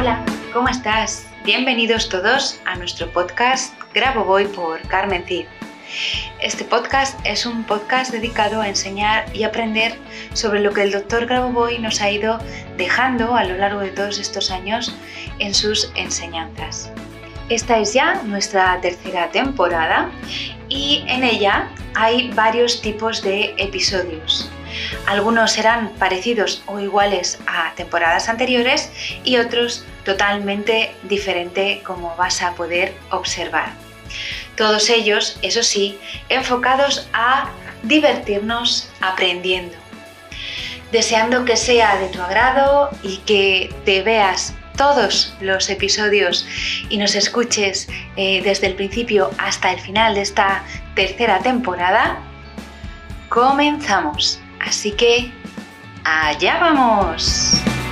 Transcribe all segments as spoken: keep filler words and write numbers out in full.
Hola, ¿cómo estás? Bienvenidos todos a nuestro podcast Grabovoi por Carmen Cid. Este podcast es un podcast dedicado a enseñar y aprender sobre lo que el doctor Grabovoi nos ha ido dejando a lo largo de todos estos años en sus enseñanzas. Esta es ya nuestra tercera temporada y en ella hay varios tipos de episodios. Algunos serán parecidos o iguales a temporadas anteriores y otros totalmente diferentes, como vas a poder observar. Todos ellos, eso sí, enfocados a divertirnos aprendiendo. Deseando que sea de tu agrado y que te veas todos los episodios y nos escuches eh, desde el principio hasta el final de esta tercera temporada, comenzamos. Así que, ¡allá vamos!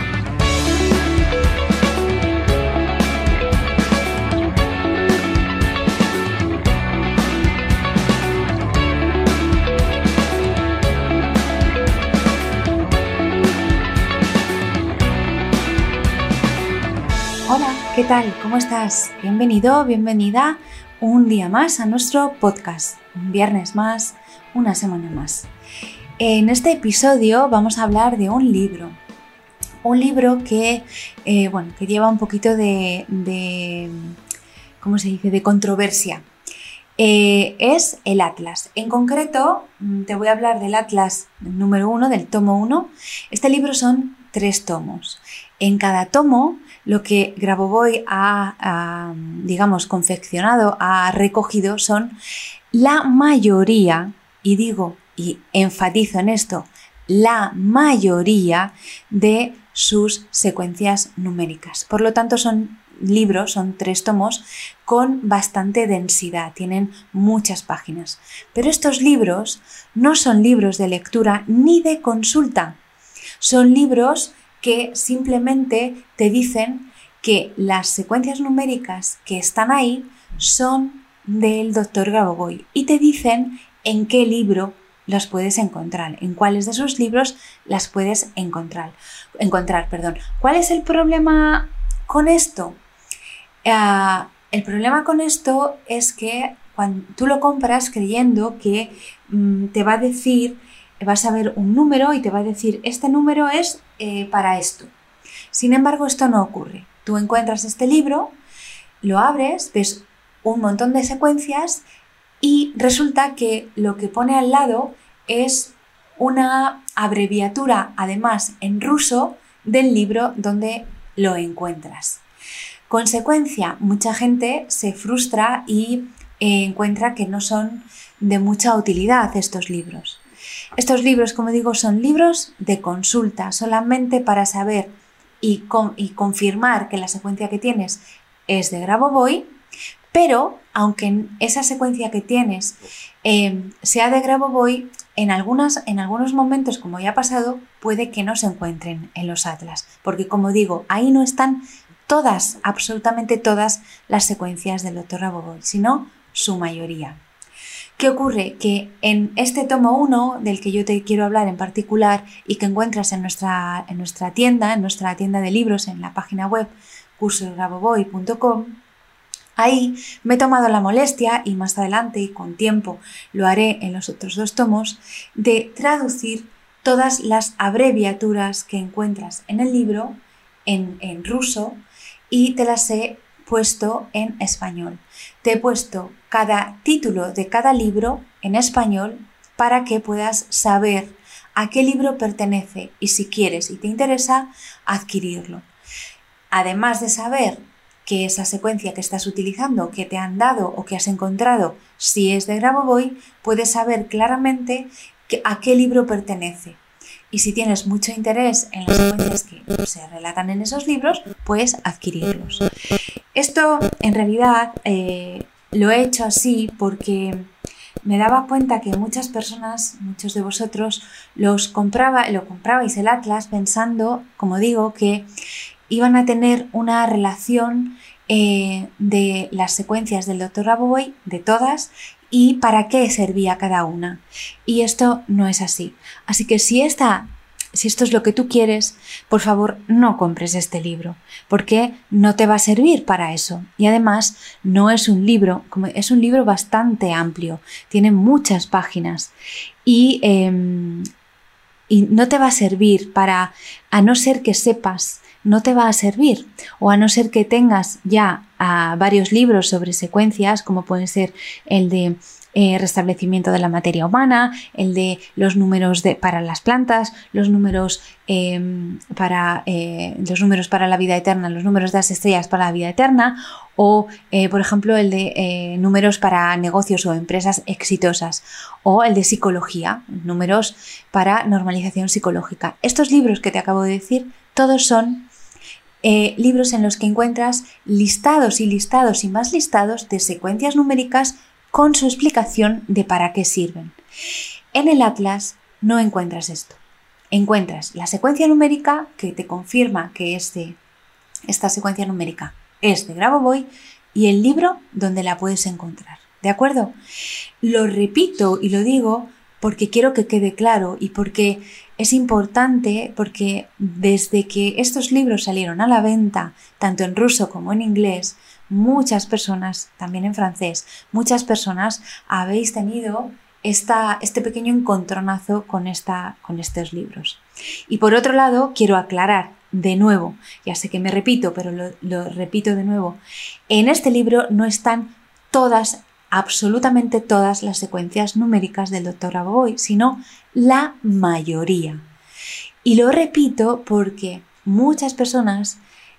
Hola, ¿qué tal? ¿Cómo estás? Bienvenido, bienvenida un día más a nuestro podcast. Un viernes más, una semana más. En este episodio vamos a hablar de un libro, un libro que, eh, bueno, que lleva un poquito de, de, ¿cómo se dice?, de controversia. Eh, es el Atlas. En concreto, te voy a hablar del Atlas número uno, del tomo uno. Este libro son tres tomos. En cada tomo, lo que Grabovoi ha, ha, digamos, confeccionado, ha recogido son la mayoría, y digo, y enfatizo en esto, la mayoría de sus secuencias numéricas. Por lo tanto, son libros, son tres tomos con bastante densidad, tienen muchas páginas. Pero estos libros no son libros de lectura ni de consulta, son libros que simplemente te dicen que las secuencias numéricas que están ahí son del doctor Grabovoi y te dicen en qué libro las puedes encontrar, en cuáles de sus libros las puedes encontrar. encontrar perdón. ¿Cuál es el problema con esto? Uh, el problema con esto es que cuando tú lo compras creyendo que um, te va a decir, vas a ver un número y te va a decir este número es eh, para esto. Sin embargo, esto no ocurre. Tú encuentras este libro, lo abres, ves un montón de secuencias y resulta que lo que pone al lado es una abreviatura, además en ruso, del libro donde lo encuentras. Consecuencia, mucha gente se frustra y eh, encuentra que no son de mucha utilidad estos libros. Estos libros, como digo, son libros de consulta, solamente para saber y, con, y confirmar que la secuencia que tienes es de Grabovoi. Pero, aunque esa secuencia que tienes eh, sea de Grabovoi, en, algunas, en algunos momentos, como ya ha pasado, puede que no se encuentren en los atlas. Porque, como digo, ahí no están todas, absolutamente todas las secuencias del doctor Grabovoi, sino su mayoría. ¿Qué ocurre? Que en este tomo uno, del que yo te quiero hablar en particular y que encuentras en nuestra, en nuestra tienda, en nuestra tienda de libros, en la página web cursos grabovoi punto com, ahí me he tomado la molestia, y más adelante y con tiempo lo haré en los otros dos tomos, de traducir todas las abreviaturas que encuentras en el libro en, en ruso y te las he puesto en español. Te he puesto cada título de cada libro en español para que puedas saber a qué libro pertenece y, si quieres y te interesa, adquirirlo. Además de saber que esa secuencia que estás utilizando, que te han dado o que has encontrado, si es de Grabovoi, puedes saber claramente a qué libro pertenece. Y si tienes mucho interés en las secuencias que se relatan en esos libros, puedes adquirirlos. Esto, en realidad, eh, lo he hecho así porque me daba cuenta que muchas personas, muchos de vosotros, los compraba, lo comprabais el Atlas pensando, como digo, que iban a tener una relación eh, de las secuencias del doctor Grabovoi, de todas, y para qué servía cada una. Y esto no es así. Así que si esta si esto es lo que tú quieres, por favor no compres este libro, porque no te va a servir para eso. Y además no es un libro, como es un libro bastante amplio, tiene muchas páginas y, eh, y no te va a servir para, a no ser que sepas, no te va a servir, o a no ser que tengas ya uh, varios libros sobre secuencias, como pueden ser el de Eh, restablecimiento de la materia humana, el de los números de, para las plantas, los números, eh, para, eh, los números para la vida eterna, los números de las estrellas para la vida eterna, o eh, por ejemplo el de eh, números para negocios o empresas exitosas, o el de psicología, números para normalización psicológica. Estos libros que te acabo de decir, todos son eh, libros en los que encuentras listados y listados y más listados de secuencias numéricas con su explicación de para qué sirven. En el Atlas no encuentras esto. Encuentras la secuencia numérica que te confirma que este, esta secuencia numérica es de Grabovoi y el libro donde la puedes encontrar. ¿De acuerdo? Lo repito y lo digo porque quiero que quede claro y porque es importante, porque desde que estos libros salieron a la venta, tanto en ruso como en inglés, muchas personas, también en francés, muchas personas habéis tenido esta, este pequeño encontronazo con, esta, con estos libros. Y por otro lado, quiero aclarar de nuevo, ya sé que me repito, pero lo, lo repito de nuevo, en este libro no están todas, absolutamente todas las secuencias numéricas del doctor Grabovoi, sino la mayoría. Y lo repito porque muchas personas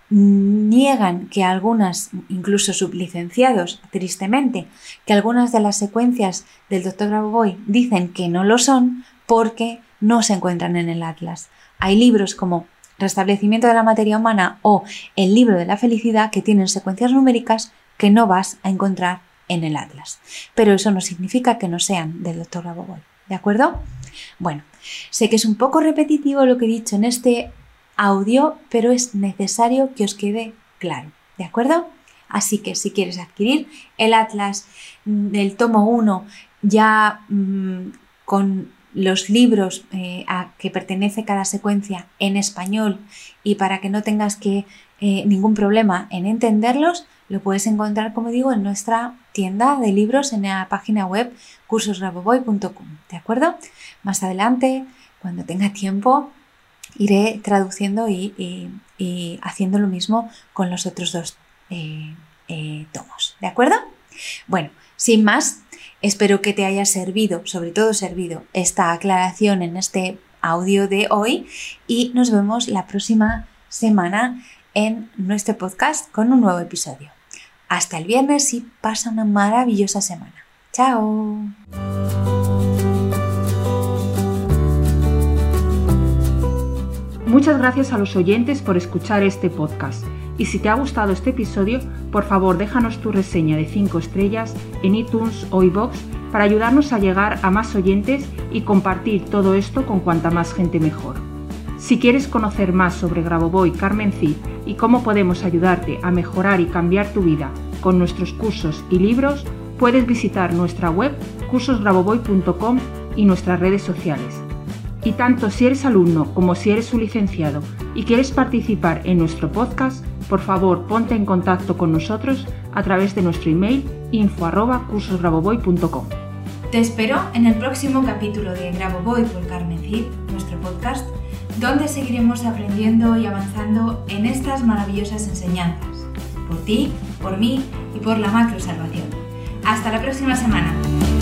niegan que algunas, incluso sublicenciados, tristemente, que algunas de las secuencias del doctor Grabovoi dicen que no lo son porque no se encuentran en el Atlas. Hay libros como Restablecimiento de la materia humana o El libro de la felicidad que tienen secuencias numéricas que no vas a encontrar en el Atlas. Pero eso no significa que no sean del doctor Grabovoi. ¿De acuerdo? Bueno, sé que es un poco repetitivo lo que he dicho en este audio, pero es necesario que os quede claro, ¿de acuerdo? Así que si quieres adquirir el Atlas del tomo uno ya mmm, con los libros eh, a que pertenece cada secuencia en español y para que no tengas que eh, ningún problema en entenderlos, lo puedes encontrar, como digo, en nuestra tienda de libros en la página web cursos grabovoi punto com, ¿de acuerdo? Más adelante, cuando tenga tiempo, iré traduciendo y, y, y haciendo lo mismo con los otros dos eh, eh, tomos, ¿de acuerdo? Bueno, sin más, espero que te haya servido, sobre todo servido, esta aclaración en este audio de hoy y nos vemos la próxima semana en nuestro podcast con un nuevo episodio. Hasta el viernes y pasa una maravillosa semana. ¡Chao! Muchas gracias a los oyentes por escuchar este podcast. Y si te ha gustado este episodio, por favor déjanos tu reseña de cinco estrellas en iTunes o iVoox para ayudarnos a llegar a más oyentes y compartir todo esto con cuanta más gente mejor. Si quieres conocer más sobre Grabovoi, Carmen Cid y cómo podemos ayudarte a mejorar y cambiar tu vida con nuestros cursos y libros, puedes visitar nuestra web cursos grabovoi punto com y nuestras redes sociales. Y tanto si eres alumno como si eres un licenciado y quieres participar en nuestro podcast, por favor ponte en contacto con nosotros a través de nuestro email info arroba cursos grabovoi punto com. Te espero en el próximo capítulo de Grabovoi por Carmen Cid, nuestro podcast, donde seguiremos aprendiendo y avanzando en estas maravillosas enseñanzas, por ti, por mí y por la macro salvación. Hasta la próxima semana.